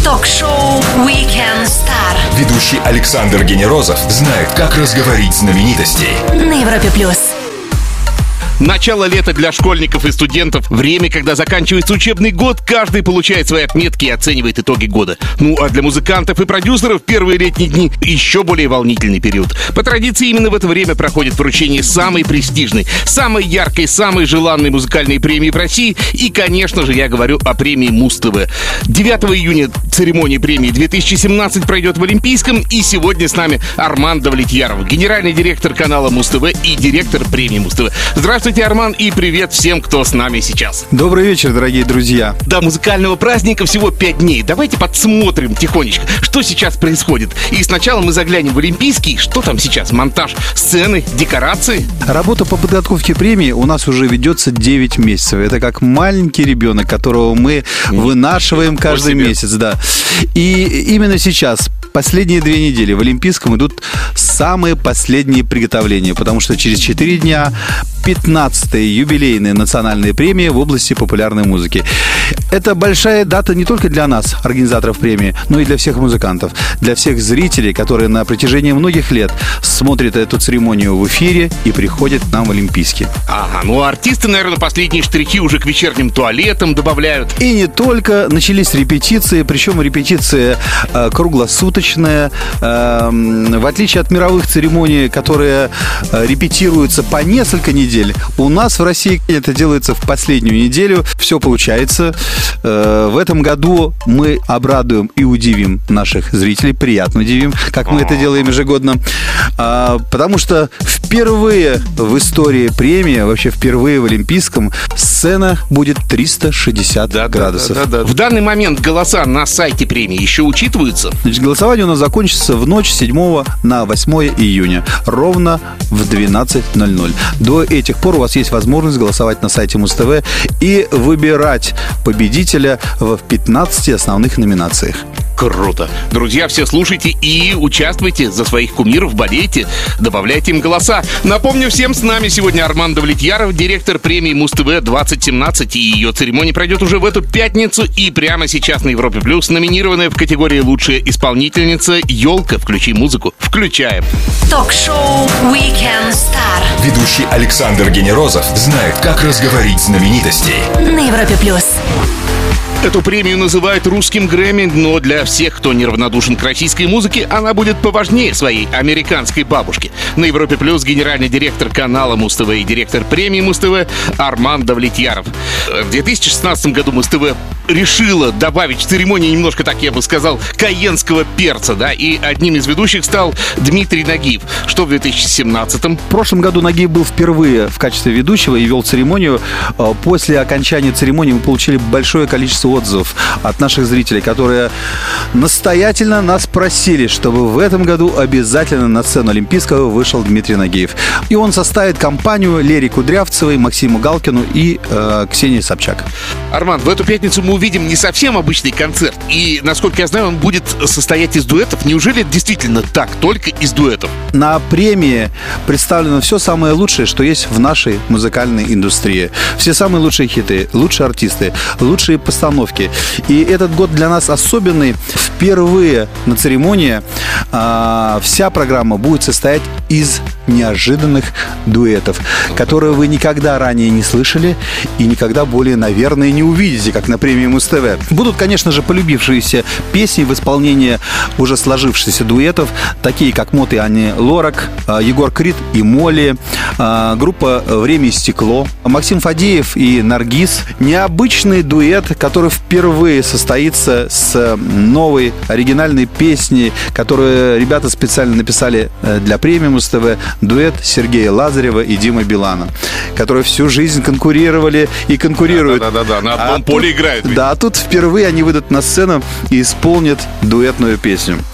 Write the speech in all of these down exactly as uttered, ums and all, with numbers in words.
Ток-шоу Weekend Star. Ведущий Александр Генерозов знает, как разговорить знаменитостей. На Европе плюс. Начало лета для школьников и студентов. Время, когда заканчивается учебный год, каждый получает свои отметки и оценивает итоги года. Ну, а для музыкантов и продюсеров первые летние дни еще более волнительный период. По традиции, именно в это время проходит вручение самой престижной, самой яркой, самой желанной музыкальной премии в России. И, конечно же, я говорю о премии Муз-ТВ. девятого июня церемония премии две тысячи семнадцать пройдет в Олимпийском. И сегодня с нами Арман Давлетьяров, генеральный директор канала Муз-ТВ и директор премии Муз-ТВ. Здравствуйте, Арман, и привет всем, кто с нами сейчас. Добрый вечер, дорогие друзья. До музыкального праздника всего пять дней. Давайте подсмотрим тихонечко, что сейчас происходит. И сначала мы заглянем в Олимпийский. Что там сейчас? Монтаж сцены, декорации? Работа по подготовке премии у нас уже ведется девять месяцев. Это как маленький ребенок, которого мы вынашиваем каждый месяц. Да. И именно сейчас, последние две недели в Олимпийском идут самые последние приготовления, потому что через четыре дня пятнадцатая юбилейная национальная премия в области популярной музыки. Это большая дата не только для нас, организаторов премии, но и для всех музыкантов, для всех зрителей, которые на протяжении многих лет смотрят эту церемонию в эфире и приходят к нам в Олимпийский. Ага, ну артисты, наверное, последние штрихи уже к вечерним туалетам добавляют. И не только. Начались репетиции, причем репетиция э, круглосуточная. Э, в отличие от мировых церемоний, которые э, репетируются по несколько недель, у нас в России это делается в последнюю неделю. Все получается. В этом году мы обрадуем и удивим наших зрителей. Приятно удивим, как мы это делаем ежегодно. Потому что впервые в истории премии, вообще впервые в Олимпийском, сцена будет триста шестьдесят да, градусов. Да, да, да, да. В данный момент голоса на сайте премии еще учитываются? Значит, голосование у нас закончится в ночь с седьмого на восьмое июня. Ровно в двенадцать ноль ноль. До этих пор у вас есть возможность голосовать на сайте Муз-ТВ и выбирать победителя в пятнадцати основных номинациях. Круто. Друзья, все слушайте и участвуйте, за своих кумиров болейте, добавляйте им голоса. Напомню всем, с нами сегодня Арман Давлетьяров, директор премии Муз-ТВ двадцать семнадцать, и ее церемония пройдет уже в эту пятницу. И прямо сейчас на Европе Плюс номинированная в категории «Лучшая исполнительница» «Елка». Включи музыку. Включаем. Ток-шоу Weekend Star. Ведущий Александр Генерозов знает, как разговорить знаменитостей. На Европе Плюс. Эту премию называют русским Грэмми, но для всех, кто неравнодушен к российской музыке, она будет поважнее своей американской бабушки. На Европе Плюс генеральный директор канала Муз-ТВ и директор премии Муз-ТВ Арман Давлетьяров. В две тысячи шестнадцатом году Муз-ТВ решила добавить в церемонии немножко, так я бы сказал, кайенского перца, да, и одним из ведущих стал Дмитрий Нагиев. Что в две тысячи семнадцатом? В прошлом году Нагиев был впервые в качестве ведущего и вел церемонию. После окончания церемонии мы получили большое количество отзывов от наших зрителей, которые настоятельно нас просили, чтобы в этом году обязательно на сцену Олимпийского вышел Дмитрий Нагиев. И он составит компанию Лере Кудрявцевой, Максиму Галкину и э, Ксении Собчак. Арман, в эту пятницу мы увидим не совсем обычный концерт. И, насколько я знаю, он будет состоять из дуэтов. Неужели это действительно так, только из дуэтов? На премии представлено все самое лучшее, что есть в нашей музыкальной индустрии. Все самые лучшие хиты, лучшие артисты, лучшие постановки. И этот год для нас особенный. Впервые на церемонии а, вся программа будет состоять из неожиданных дуэтов, которые вы никогда ранее не слышали и никогда более, наверное, не увидите, как на премии Муз-ТВ. Будут, конечно же, полюбившиеся песни в исполнении уже сложившихся дуэтов, такие как Мот и Ани Лорак, Егор Крид и Молли, группа «Время и стекло», Максим Фадеев и Наргиз. Необычный дуэт, который впервые состоится с новой оригинальной песней, которую ребята специально написали для премии Муз-ТВ. Дуэт Сергея Лазарева и Димы Билана, которые всю жизнь конкурировали и конкурируют. Да-да-да, на одном а поле тут, играют. Ведь. Да, тут впервые они выйдут на сцену и исполнят дуэтную песню.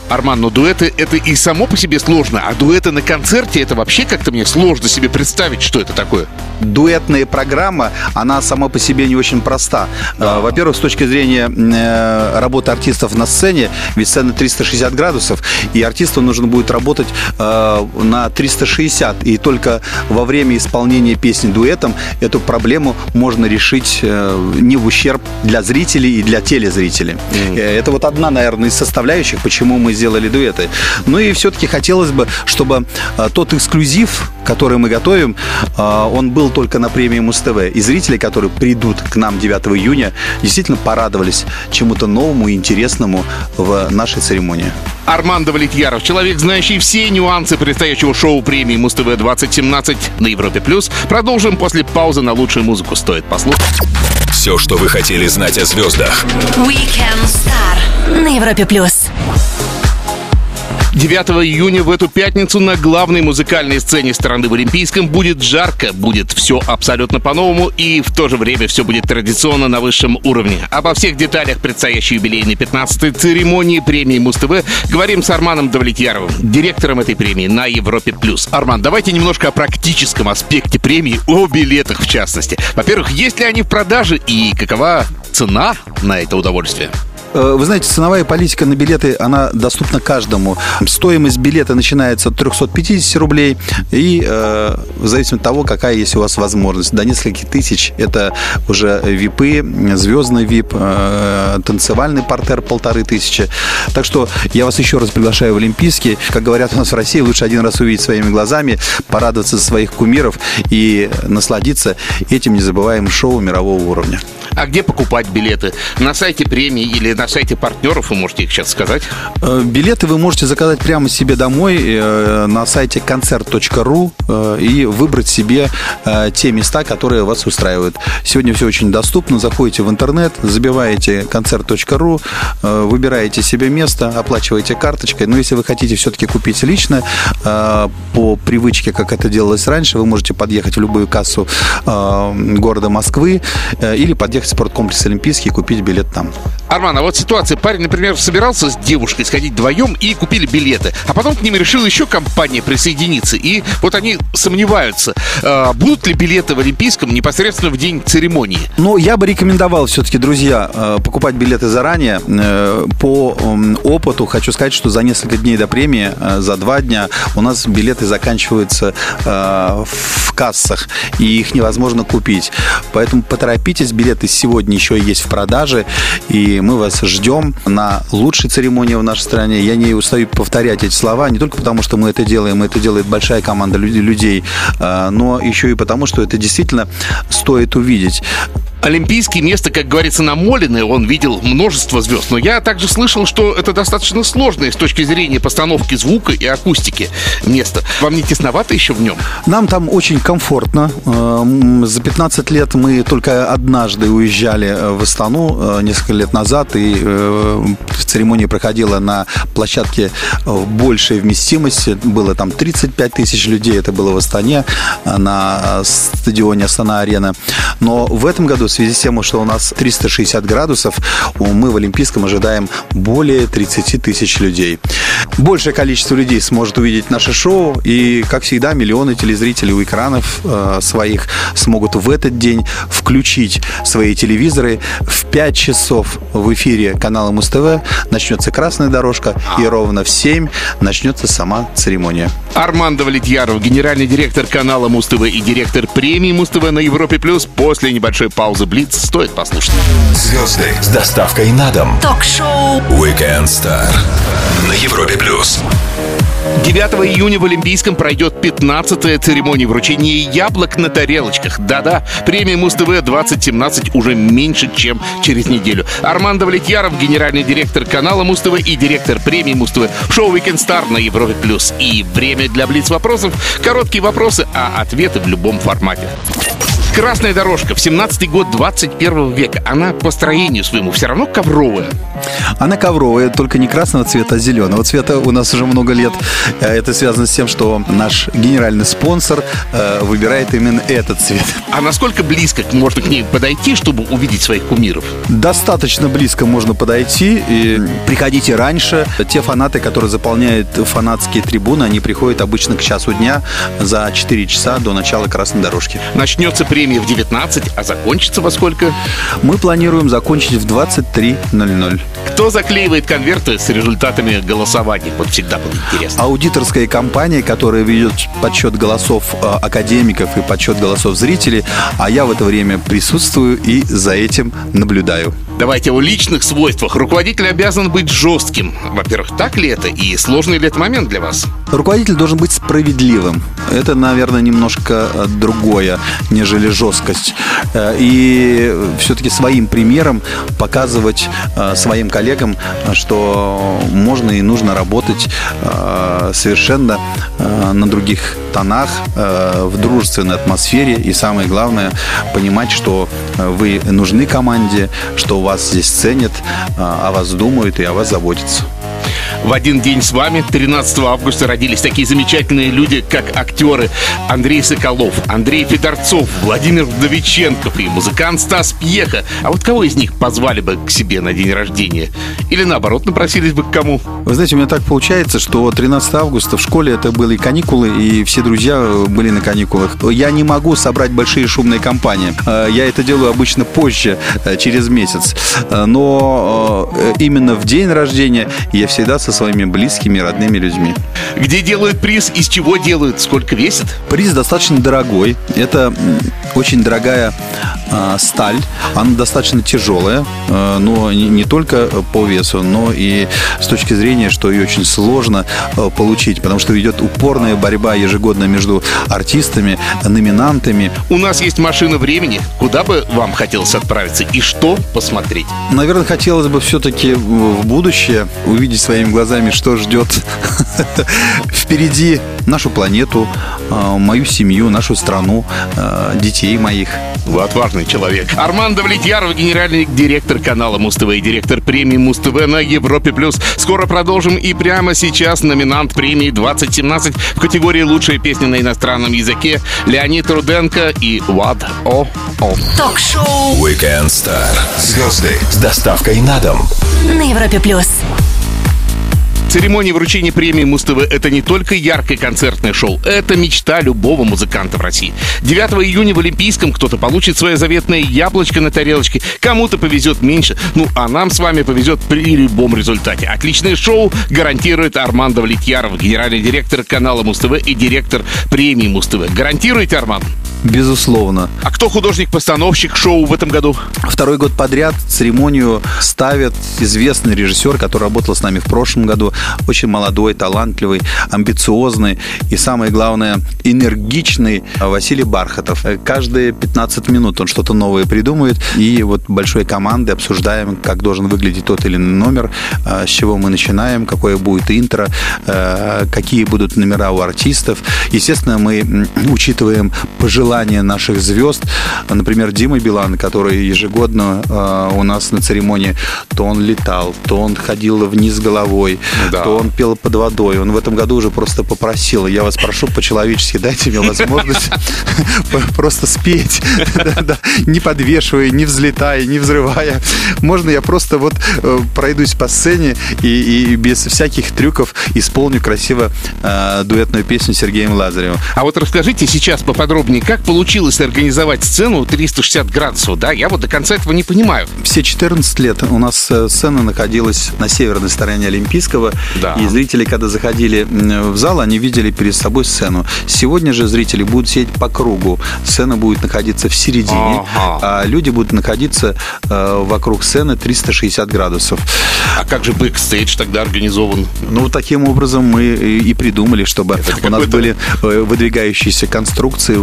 Арман, ну дуэты — это и само по себе сложно, а дуэты на концерте — это вообще как-то мне сложно себе представить, что это такое. Дуэтная программа, она сама по себе не очень проста. Да. Во-первых, с точки зрения работы артистов на сцене, ведь сцена триста шестьдесят градусов, и артисту нужно будет работать на триста шестьдесят, и только во время исполнения песни дуэтом эту проблему можно решить не в ущерб для зрителей и для телезрителей. Mm. Это вот одна, наверное, из составляющих, почему мы сделали дуэты. Ну и все-таки хотелось бы, чтобы тот эксклюзив, который мы готовим, он был только на премии Муз-ТВ. И зрители, которые придут к нам девятого июня, действительно порадовались чему-то новому и интересному в нашей церемонии. Арман Давлетьяров, человек, знающий все нюансы предстоящего шоу премии Муз-ТВ двадцать семнадцать на Европе плюс. Продолжим после паузы на лучшую музыку. Стоит послушать. Все, что вы хотели знать о звездах. Weekend Star на Европе плюс. девятого июня в эту пятницу на главной музыкальной сцене страны в Олимпийском будет жарко, будет все абсолютно по-новому, и в то же время все будет традиционно на высшем уровне. Обо всех деталях предстоящей юбилейной пятнадцатой церемонии премии Муз-ТВ говорим с Арманом Давлетьяровым, директором этой премии на Европе плюс. Арман, давайте немножко о практическом аспекте премии, о билетах в частности. Во-первых, есть ли они в продаже и какова цена на это удовольствие? Вы знаете, ценовая политика на билеты, она доступна каждому. Стоимость билета начинается от триста пятьдесят рублей, и э, в зависимости от того, какая есть у вас возможность. До нескольких тысяч это уже випы, звездный вип, э, танцевальный партер полторы тысячи. Так что я вас еще раз приглашаю в Олимпийский. Как говорят у нас в России, лучше один раз увидеть своими глазами, порадоваться за своих кумиров и насладиться этим незабываемым шоу мирового уровня. А где покупать билеты? На сайте премии или на сайте партнеров, вы можете их сейчас сказать? Билеты вы можете заказать прямо себе домой на сайте концерт точка ру и выбрать себе те места, которые вас устраивают. Сегодня все очень доступно. Заходите в интернет, забиваете концерт точка ру, выбираете себе место, оплачиваете карточкой. Но если вы хотите все-таки купить лично, по привычке, как это делалось раньше, вы можете подъехать в любую кассу города Москвы или подъехать в спорткомплекс Олимпийский и купить билет там. Арман, а вот ситуация. Парень, например, собирался с девушкой сходить вдвоем и купили билеты. А потом к ним решила еще компания присоединиться. И вот они сомневаются, э, будут ли билеты в Олимпийском непосредственно в день церемонии. Ну, я бы рекомендовал все-таки, друзья, э, покупать билеты заранее. Э, по э, опыту хочу сказать, что за несколько дней до премии, э, за два дня, у нас билеты заканчиваются э, в кассах. И их невозможно купить. Поэтому поторопитесь, билеты сегодня еще есть в продаже. И мы вас ждем на лучшей церемонии в нашей стране. Я не устаю повторять эти слова, не только потому, что мы это делаем, это делает большая команда людей, но еще и потому, что это действительно стоит увидеть. Олимпийское место, как говорится, намоленное, он видел множество звезд. Но я также слышал, что это достаточно сложное с точки зрения постановки звука и акустики место. Вам не тесновато еще в нем? Нам там очень комфортно. За пятнадцать лет мы только однажды уезжали в Астану, несколько лет назад, и церемония проходила на площадке большей вместимости. Было там тридцать пять тысяч людей, это было в Астане, на стадионе Астана-Арена. Но в этом году, в связи с тем, что у нас триста шестьдесят градусов, мы в Олимпийском ожидаем более тридцать тысяч людей. Большее количество людей сможет увидеть наше шоу, и, как всегда, миллионы телезрителей у экранов э, своих смогут в этот день включить свои телевизоры. В пять часов в эфире канала Муз-ТВ начнется красная дорожка, и ровно в семь начнется сама церемония. Арман Давлетьяров, генеральный директор канала Муз-ТВ и директор премии Муз-ТВ на Европе плюс. После небольшой паузы Блиц стоит послушать. Звезды с доставкой на дом. Ток-шоу Weekend Star на Европе плюс. девятого июня в Олимпийском пройдет пятнадцатая церемония вручения яблок на тарелочках. Да-да, премия Муз-ТВ двадцать семнадцать уже меньше, чем через неделю. Арман Давлетьяров, генеральный директор канала Муз-ТВ и директор премии Муз-ТВ в шоу Weekend Star на Европе плюс. И время для блиц-вопросов. Короткие вопросы, а ответы в любом формате. Красная дорожка в семнадцатый год двадцать первого века, она по строению своему все равно ковровая? Она ковровая, только не красного цвета, а зеленого цвета. У нас уже много лет. Это связано с тем, что наш генеральный спонсор э, выбирает именно этот цвет. А насколько близко можно к ней подойти, чтобы увидеть своих кумиров? Достаточно близко можно подойти. И приходите раньше. Те фанаты, которые заполняют фанатские трибуны, они приходят обычно к часу дня за четыре часа до начала красной дорожки. Начнется премия в девятнадцать, а закончится во сколько? Мы планируем закончить в двадцать три ноль ноль. Кто заклеивает конверты с результатами голосования? Вот всегда было интересно. Аудиторская компания, которая ведет подсчет голосов э, академиков и подсчет голосов зрителей, а я в это время присутствую и за этим наблюдаю. Давайте о личных свойствах. Руководитель обязан быть жестким. Во-первых, так ли это и сложный ли это момент для вас? Руководитель должен быть справедливым. Это, наверное, немножко другое, нежели жесткость. И все-таки своим примером показывать своим коллегам, что можно и нужно работать совершенно на других тонах, в дружественной атмосфере. И самое главное, понимать, что вы нужны команде, что вас здесь ценят, о вас думают и о вас заботятся. В один день с вами, тринадцатого августа, родились такие замечательные люди, как актеры Андрей Соколов, Андрей Федорцов, Владимир Вдовиченков и музыкант Стас Пьеха. А вот кого из них позвали бы к себе на день рождения? Или наоборот, напросились бы к кому? Вы знаете, у меня так получается, что тринадцатого августа в школе это были каникулы, и все друзья были на каникулах. Я не могу собрать большие шумные компании. Я это делаю обычно позже, через месяц. Но именно в день рождения я всегда со своими близкими, родными людьми. Где делают приз, из чего делают, сколько весит? Приз достаточно дорогой. Это очень дорогая э, сталь. Она достаточно тяжелая, э, но не, не только по весу, но и с точки зрения, что ее очень сложно э, получить, потому что идет упорная борьба ежегодно между артистами, номинантами. У нас есть машина времени. Куда бы вам хотелось отправиться и что посмотреть? Наверное, хотелось бы все-таки в будущее увидеть своими глазами, что ждет впереди нашу планету, мою семью, нашу страну, детей моих. Вы отважный человек. Арман Давлетьяров, генеральный директор канала Муз-ТВ и директор премии Муз-ТВ на Европе+. Скоро продолжим, и прямо сейчас номинант премии двадцать семнадцать в категории «Лучшая песня на иностранном языке» Леонид Руденко и What O O. Ток-шоу Weekend Star. Звезды с доставкой на дом. на Европе+. Церемония вручения премии Муз-ТВ – это не только яркое концертное шоу, это мечта любого музыканта в России. девятого июня в Олимпийском кто-то получит свое заветное яблочко на тарелочке, кому-то повезет меньше, ну а нам с вами повезет при любом результате. Отличное шоу гарантирует Арман Давлетьяров, генеральный директор канала Муз-ТВ и директор премии Муз-ТВ. Гарантируете, Арман? Безусловно. А кто художник-постановщик шоу в этом году? Второй год подряд церемонию ставит известный режиссер, который работал с нами в прошлом году. Очень молодой, талантливый, амбициозный и, самое главное, энергичный Василий Бархатов. Каждые пятнадцать минут он что-то новое придумывает. И вот большой командой обсуждаем, как должен выглядеть тот или иной номер, с чего мы начинаем, какое будет интро, какие будут номера у артистов. Естественно, мы учитываем пожелания наших звезд. Например, Дима Билан, который ежегодно у нас на церемонии то он летал, то он ходил вниз головой, да. то он пел под водой. Он в этом году уже просто попросил: я вас прошу по-человечески, дайте мне возможность просто спеть, не подвешивая, не взлетая, не взрывая. Можно я просто вот пройдусь по сцене и без всяких трюков исполню красиво дуэтную песню с Сергеем Лазаревым. А вот расскажите сейчас поподробнее, как получилось организовать сцену триста шестьдесят градусов, да? Я вот до конца этого не понимаю. Все четырнадцать лет у нас сцена находилась на северной стороне Олимпийского, да. И зрители, когда заходили в зал, они видели перед собой сцену. Сегодня же зрители будут сидеть по кругу. Сцена будет находиться в середине, ага. а люди будут находиться э, вокруг сцены триста шестьдесят градусов. А как же бэкстейдж тогда организован? Ну, таким образом мы и придумали, чтобы Это у нас были выдвигающиеся конструкции, выезжающие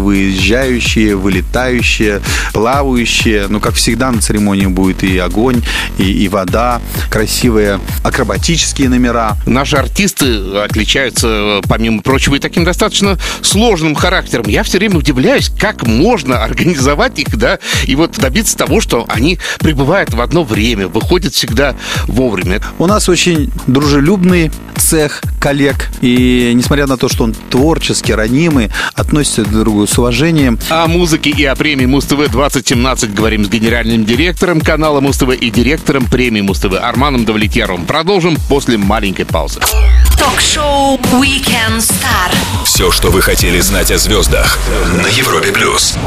въезжающие, вылетающие, плавающие. Ну, как всегда, на церемонии будет и огонь, и, и вода, красивые акробатические номера. Наши артисты отличаются, помимо прочего, и таким достаточно сложным характером. Я все время удивляюсь, как можно организовать их, да, и вот добиться того, что они прибывают в одно время, выходят всегда вовремя. У нас очень дружелюбный цех коллег, и несмотря на то, что он творчески ранимый, относится друг к другу с уважением. О музыке и о премии Муз-ТВ двадцать семнадцать говорим с генеральным директором канала Муз-ТВ и директором премии Муз-ТВ Арманом Давлетьяровым. Продолжим после маленькой паузы. Ток-шоу Weekend Star. Все, что вы хотели знать о звездах на Европе плюс.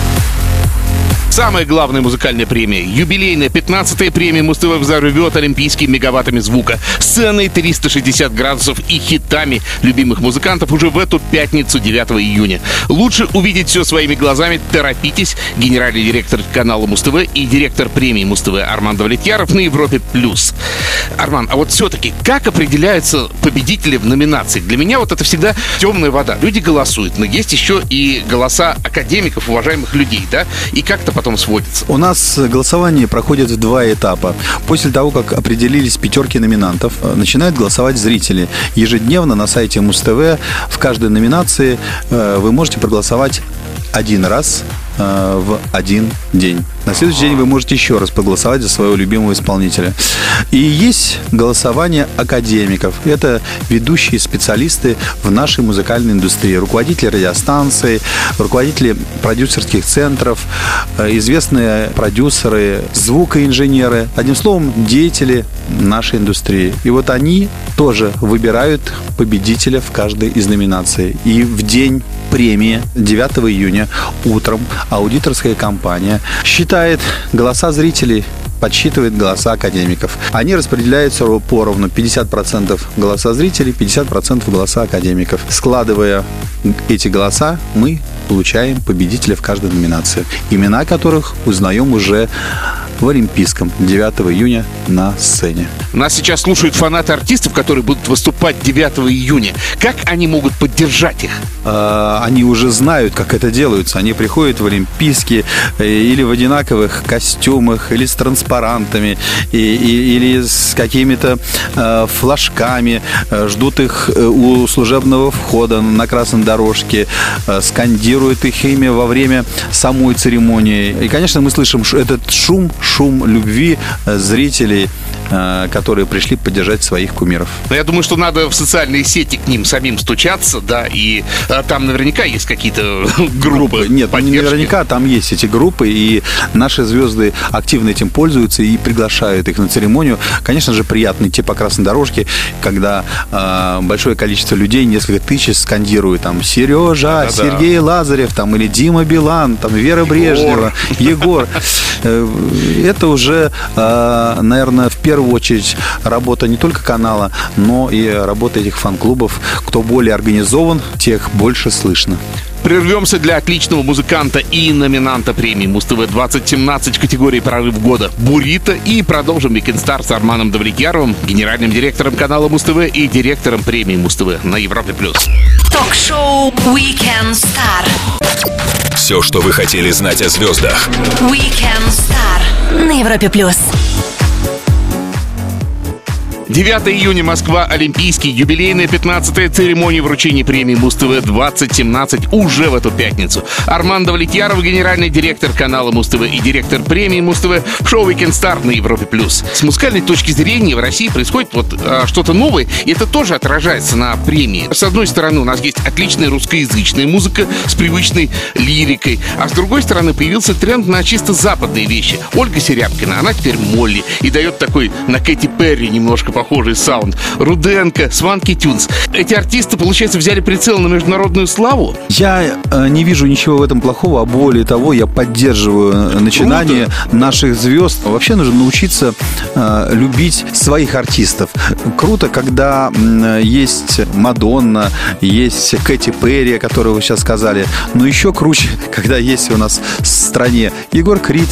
Самая главная музыкальная премия, юбилейная пятнадцатая премия Муз-ТВ взорвет олимпийскими мегаваттами звука, сценой триста шестьдесят градусов и хитами любимых музыкантов уже в эту пятницу, девятого июня. Лучше увидеть все своими глазами, торопитесь. Генеральный директор канала Муз-ТВ и директор премии Муз-ТВ Арман Давлетьяров на Европе плюс. Арман, а вот все-таки как определяются победители в номинации? Для меня вот это всегда темная вода. Люди голосуют, но есть еще и голоса академиков, уважаемых людей, да? И как-то потом сводится. У нас голосование проходит в два этапа. После того, как определились пятерки номинантов, начинают голосовать зрители. Ежедневно на сайте Муз-ТВ в каждой номинации вы можете проголосовать один раз в один день. На следующий день вы можете еще раз проголосовать за своего любимого исполнителя. И есть голосование академиков. Это ведущие специалисты в нашей музыкальной индустрии. Руководители радиостанций, руководители продюсерских центров, известные продюсеры, звукоинженеры. Одним словом, деятели нашей индустрии. И вот они тоже выбирают победителя в каждой из номинаций. И в день премии девятого июня утром аудиторская компания считает голоса зрителей, подсчитывает голоса академиков. Они распределяются поровну. пятьдесят процентов голоса зрителей, пятьдесят процентов голоса академиков. Складывая эти голоса, мы получаем победителя в каждой номинации, имена которых узнаем уже в Олимпийском девятого июня на сцене. Нас сейчас слушают фанаты артистов, которые будут выступать девятого июня. Как они могут поддержать их? Они уже знают, как это делается. Они приходят в Олимпийские или в одинаковых костюмах, или с транспарантами, и, и, или с какими-то э, флажками, ждут их у служебного входа на красной дорожке, э, скандируют их имя во время самой церемонии. И, конечно, мы слышим этот шум, шум любви зрителей, которые пришли поддержать своих кумиров. Я думаю, что надо в социальные сети к ним самим стучаться, да, и а, там наверняка есть какие-то группы. Нет, поддержки. Наверняка там есть эти группы, и наши звезды активно этим пользуются и приглашают их на церемонию. Конечно же, приятно идти по красной дорожке, когда э, большое количество людей, несколько тысяч скандируют там Сережа, да, Сергей да. Лазарев, там, или Дима Билан, там, Вера Егор. Брежнева, Егор. Это уже, наверное, в первую В первую очередь работа не только канала, но и работа этих фан-клубов. Кто более организован, тех больше слышно. Прервемся для отличного музыканта и номинанта премии Муз-ТВ двадцать семнадцать в категории «Прорыв года» Бурито и продолжим Weekend Star с Арманом Давлетьяровым, генеральным директором канала Муз-ТВ и директором премии Муз-ТВ на Европе плюс. Ток-шоу Weekend Star. Все, что вы хотели знать о звездах. Weekend Star на Европе плюс. девятого июня, Москва, Олимпийский, юбилейная пятнадцатая церемония вручения премии Муз-ТВ двадцать семнадцать уже в эту пятницу. Арман Давлетьяров, генеральный директор канала Муз-ТВ и директор премии Муз-ТВ в шоу Weekend Star на Европе плюс. С музыкальной точки зрения в России происходит вот а, что-то новое, и это тоже отражается на премии. С одной стороны, у нас есть отличная русскоязычная музыка с привычной лирикой, а с другой стороны, появился тренд на чисто западные вещи. Ольга Серябкина, она теперь Молли, и дает такой на Кэти Перри немножко похожий саунд. Руденко, Сванки Тюнс. Эти артисты, получается, взяли прицел на международную славу? Я э, не вижу ничего в этом плохого, а более того, я поддерживаю начинание Круто. наших звезд. Вообще нужно научиться э, любить своих артистов. Круто, когда э, есть Мадонна, есть Кэти Перри, о которой вы сейчас сказали, но еще круче, когда есть у нас в стране Егор Крид,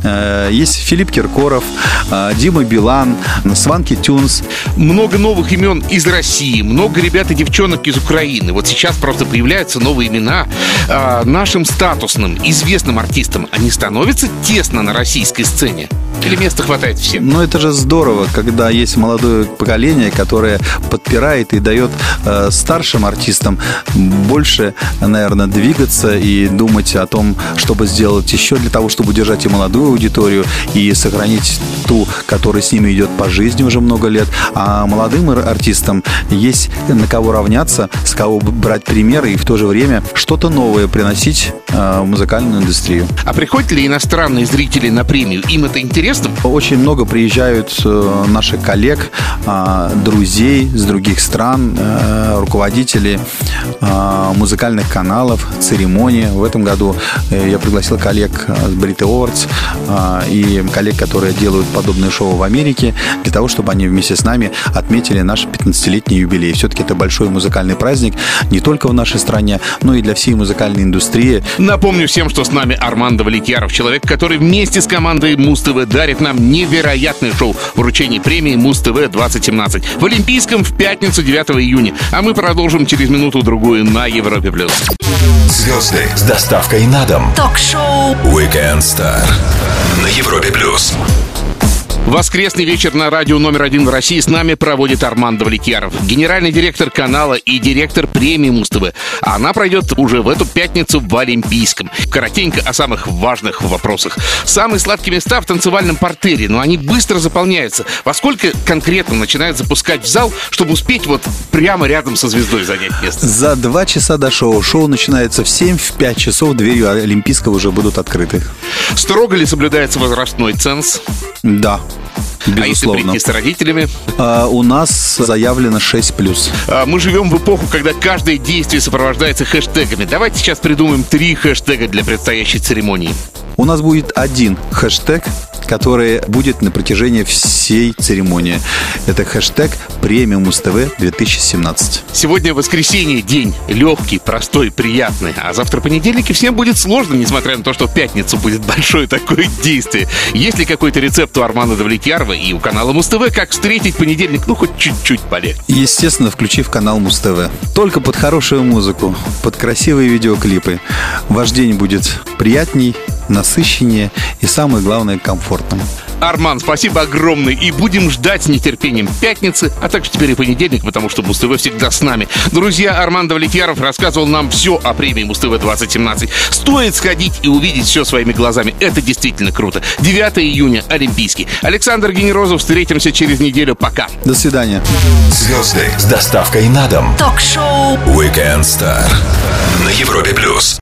Есть Филипп Киркоров, Дима Билан, Сванки Тюнс. Много новых имен из России, много ребят и девчонок из Украины. Вот сейчас просто появляются новые имена. А нашим статусным, известным артистам они становятся тесно на российской сцене? Или места хватает всем? Ну, это же здорово, когда есть молодое поколение, которое подпирает и дает э, старшим артистам больше, наверное, двигаться и думать о том, чтобы сделать еще для того, чтобы удержать и молодую аудиторию, и сохранить ту, которая с ними идет по жизни уже много лет. А молодым артистам есть на кого равняться, с кого брать примеры и в то же время что-то новое приносить э, в музыкальную индустрию. А приходят ли иностранные зрители на премию? Им это интересно? Очень много приезжают э, наших коллег, э, друзей с других стран, э, руководителей э, музыкальных каналов, церемонии. В этом году э, я пригласил коллег с Brit Awards э, и коллег, которые делают подобные шоу в Америке, для того, чтобы они вместе с нами отметили наш пятнадцатилетний юбилей. Все-таки это большой музыкальный праздник не только в нашей стране, но и для всей музыкальной индустрии. Напомню всем, что с нами Армандо Влетьяров, человек, который вместе с командой Муз-ТВ дарит нам невероятное шоу вручения премии Муз-ТВ двадцать семнадцать в Олимпийском в пятницу девятого июня. А мы продолжим через минуту-другую на Европе+. Звезды с доставкой на дом. Ток-шоу Weekend Star на Европе+. Воскресный вечер на радио номер один в России с нами проводит Армандо Влетьяров, генеральный директор канала и директор премии Муз-ТВ. А она пройдет уже в эту пятницу в Олимпийском. Коротенько о самых важных вопросах. Самые сладкие места в танцевальном партере, но они быстро заполняются. Во сколько конкретно начинают запускать в зал, чтобы успеть вот прямо рядом со звездой занять место? За два часа до шоу. Шоу начинается в семь, в пять часов двери Олимпийского уже будут открыты. Строго ли соблюдается возрастной ценз? Да. Безусловно. А если прийти с родителями? А, у нас заявлено шесть плюс. А, мы живем в эпоху, когда каждое действие сопровождается хэштегами. Давайте сейчас придумаем три хэштега для предстоящей церемонии. У нас будет один хэштег, который будет на протяжении всей церемонии. Это хэштег «Премия Муз-ТВ две тысячи семнадцать». Сегодня воскресенье, день легкий, простой, приятный. А завтра понедельник, и всем будет сложно, несмотря на то, что в пятницу будет большое такое действие. Есть ли какой-то рецепт у Армандо Влетьярова и у канала Муз-ТВ, как встретить понедельник, ну, хоть чуть-чуть полегче? Естественно, включив канал Муз-ТВ. Только под хорошую музыку, под красивые видеоклипы. Ваш день будет приятней, насыщеннее и, самое главное, комфортным. Арман, спасибо огромное. И будем ждать с нетерпением пятницы, а также теперь и понедельник, потому что Муз-ТВ всегда с нами. Друзья, Армандо Влетьяров рассказывал нам все о премии Муз-ТВ двадцать семнадцать. Стоит сходить и увидеть все своими глазами. Это действительно круто. девятого июня, Олимпийский. Александр Генерозов, встретимся через неделю. Пока. До свидания. Звезды с доставкой на дом. Ток-шоу Weekend Star на Европе+.